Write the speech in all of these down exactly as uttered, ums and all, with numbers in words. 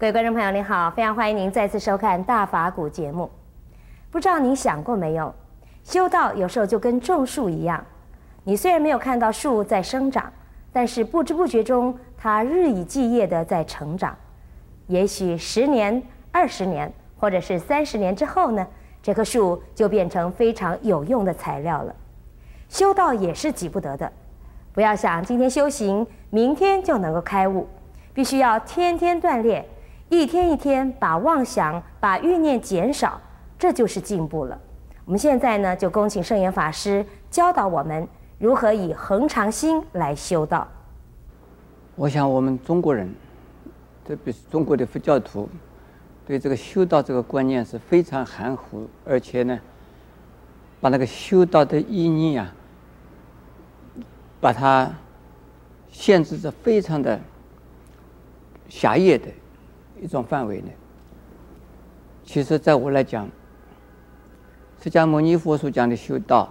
各位观众朋友，您好，非常欢迎您再次收看《大法古》节目。不知道您想过没有，修道有时候就跟种树一样，你虽然没有看到树在生长，但是不知不觉中，它日以继夜地在成长。也许十年、二十年，或者是三十年之后呢，这棵树就变成非常有用的材料了。修道也是急不得的，不要想今天修行，明天就能够开悟，必须要天天锻炼。一天一天把妄想、把欲念减少，这就是进步了。我们现在呢，就恭请圣严法师教导我们如何以恒常心来修道。 我想我们中国人，特别是中国的佛教徒，对这个修道这个观念是非常含糊，而且呢，把那个修道的意义啊，把它限制着非常的狭隘的一种范围呢。其实在我来讲，释迦牟尼佛所讲的修道，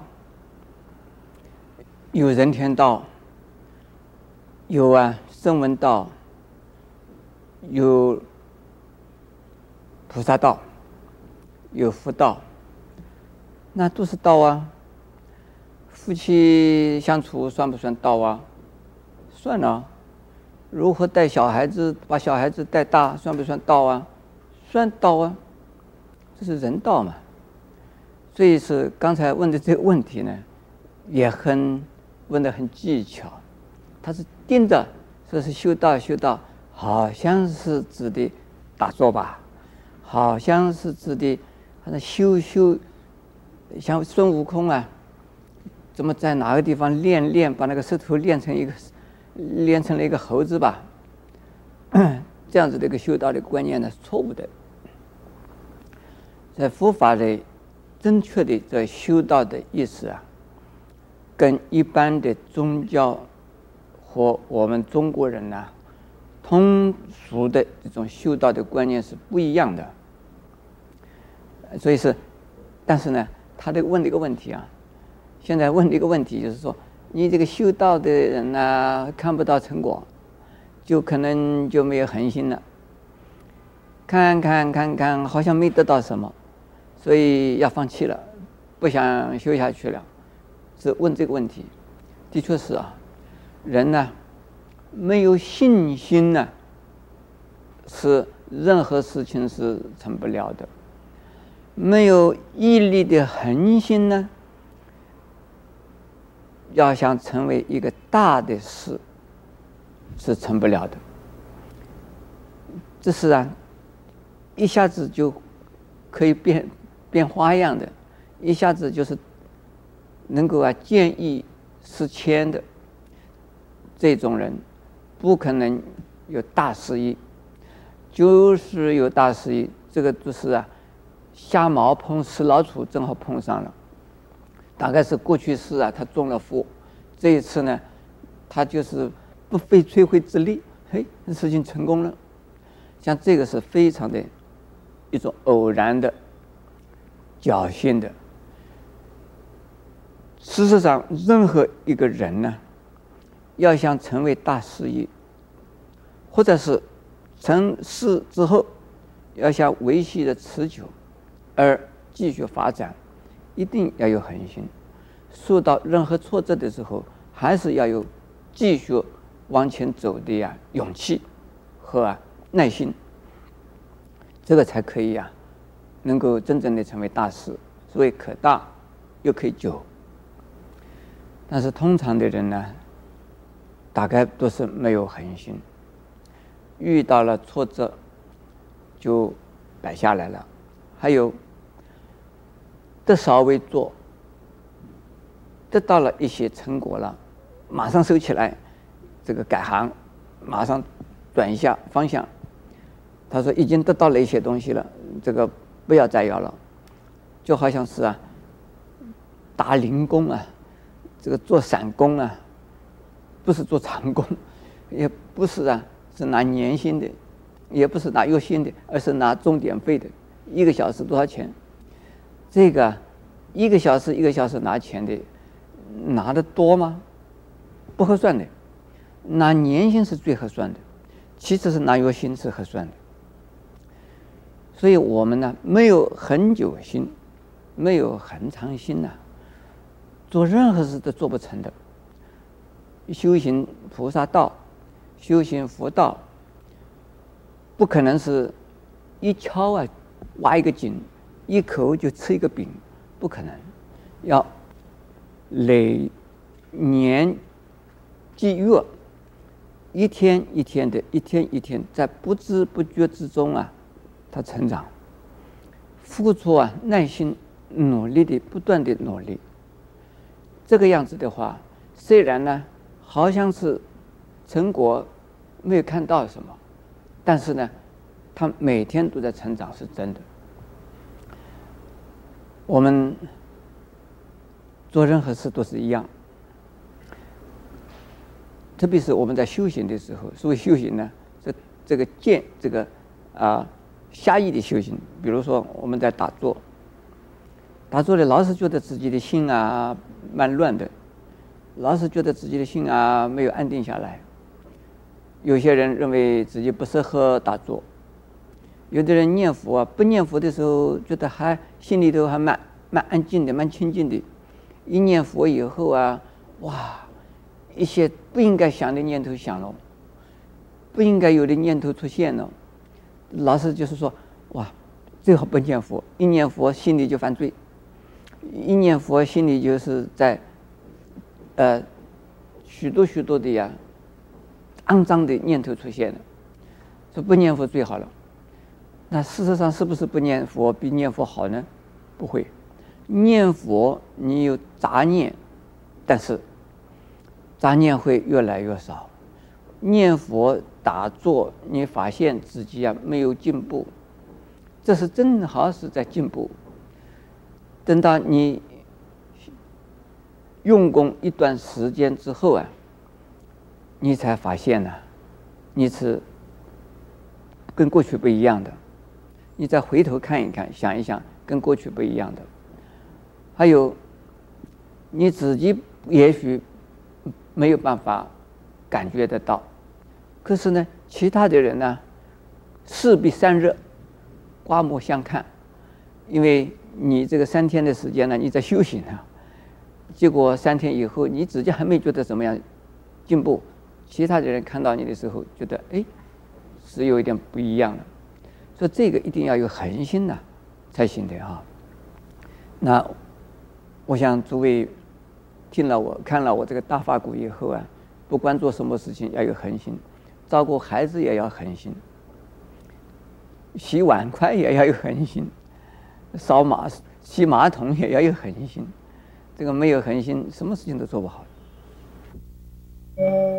有人天道，有啊声闻道，有菩萨道，有佛道，那都是道啊。夫妻相处算不算道啊？算啊。如何带小孩子，把小孩子带大，算不算道啊？算道啊，这是人道嘛。所以是刚才问的这个问题呢，也很问得很技巧。他是盯着说是修道修道，好像是指的打坐吧，好像是指的好像修修，像孙悟空啊，怎么在哪个地方练练，把那个石头练成一个。练成了一个猴子吧，这样子的一个修道的观念呢，是错误的。在佛法的正确的这修道的意思啊，跟一般的宗教和我们中国人呢、啊、通俗的这种修道的观念是不一样的。所以是，但是呢，他的问了一个问题啊，现在问了一个问题就是说。你这个修道的人呢、啊，看不到成果，就可能就没有恒心了。看看看看，好像没得到什么，所以要放弃了，不想修下去了。是问这个问题，的确是啊，人呢没有信心呢，是任何事情是成不了的。没有毅力的恒心呢？要想成为一个大的事，是成不了的。这是啊，一下子就可以变变花样的，一下子就是能够啊见异思迁的这种人，不可能有大事业。就是有大事业，这个就是啊，瞎毛碰死老鼠，正好碰上了。大概是过去世啊，他中了伏，这一次呢，他就是不费吹灰之力，嘿，事情成功了。像这个是非常的一种偶然的、侥幸的。事实上，任何一个人呢，要想成为大事业，或者是成事之后，要想维系的持久，而继续发展。一定要有恒心，受到任何挫折的时候，还是要有继续往前走的呀勇气和、啊、耐心，这个才可以啊，能够真正的成为大事。所以可大又可以久。但是通常的人呢，大概都是没有恒心，遇到了挫折就摆下来了。还有。得少为做，得到了一些成果了，马上收起来，这个改行，马上转一下方向。他说已经得到了一些东西了，这个不要再要了。就好像是啊，打零工啊，这个做散工啊，不是做长工，也不是啊，是拿年薪的，也不是拿月薪的，而是拿钟点费的，一个小时多少钱？这个一个小时一个小时拿钱的，拿得多吗？不合算的。拿年薪是最合算的，其次是拿月薪是合算的。 所以我们呢，没有恒久心，没有恒常心呐、啊，做任何事都做不成的。修行菩萨道，修行佛道，不可能是一敲啊挖一个井，一口就吃一个饼，不可能。要累年积月，一天一天的，一天一天，在不知不觉之中啊，他成长，付出啊，耐心努力的，不断的努力。这个样子的话，虽然呢，好像是成果没有看到什么，但是呢，他每天都在成长，是真的。我们做任何事都是一样，特别是我们在修行的时候。所谓修行呢，这这个见这个啊狭义的修行，比如说我们在打坐，打坐的老是觉得自己的心啊蛮乱的，老是觉得自己的心啊没有安定下来。有些人认为自己不适合打坐，有的人念佛啊，不念佛的时候觉得还心里头还蛮蛮安静的，蛮清静的。一念佛以后啊，哇，一些不应该想的念头想了，不应该有的念头出现了。老师就是说，哇，最好不念佛，一念佛心里就犯罪，一念佛心里就是在，呃，许多许多的呀，肮脏的念头出现了，说不念佛最好了。那事实上是不是不念佛比念佛好呢？不会。念佛你有杂念，但是杂念会越来越少。念佛打坐，你发现自己啊没有进步，这是正好是在进步。等到你用功一段时间之后啊，你才发现呢、啊，你是跟过去不一样的。你再回头看一看，想一想，跟过去不一样的。还有你自己也许没有办法感觉得到，可是呢，其他的人呢，势必散热，刮目相看。因为你这个三天的时间呢，你在修行啊，结果三天以后你自己还没觉得怎么样进步，其他的人看到你的时候，觉得哎，是有一点不一样的。所以这个一定要有恒心呐、啊，才行的啊。那我想诸位听了我看了我这个大法鼓以后啊，不管做什么事情要有恒心，照顾孩子也要恒心，洗碗筷也要有恒心，扫马洗马桶也要有恒心。这个没有恒心，什么事情都做不好。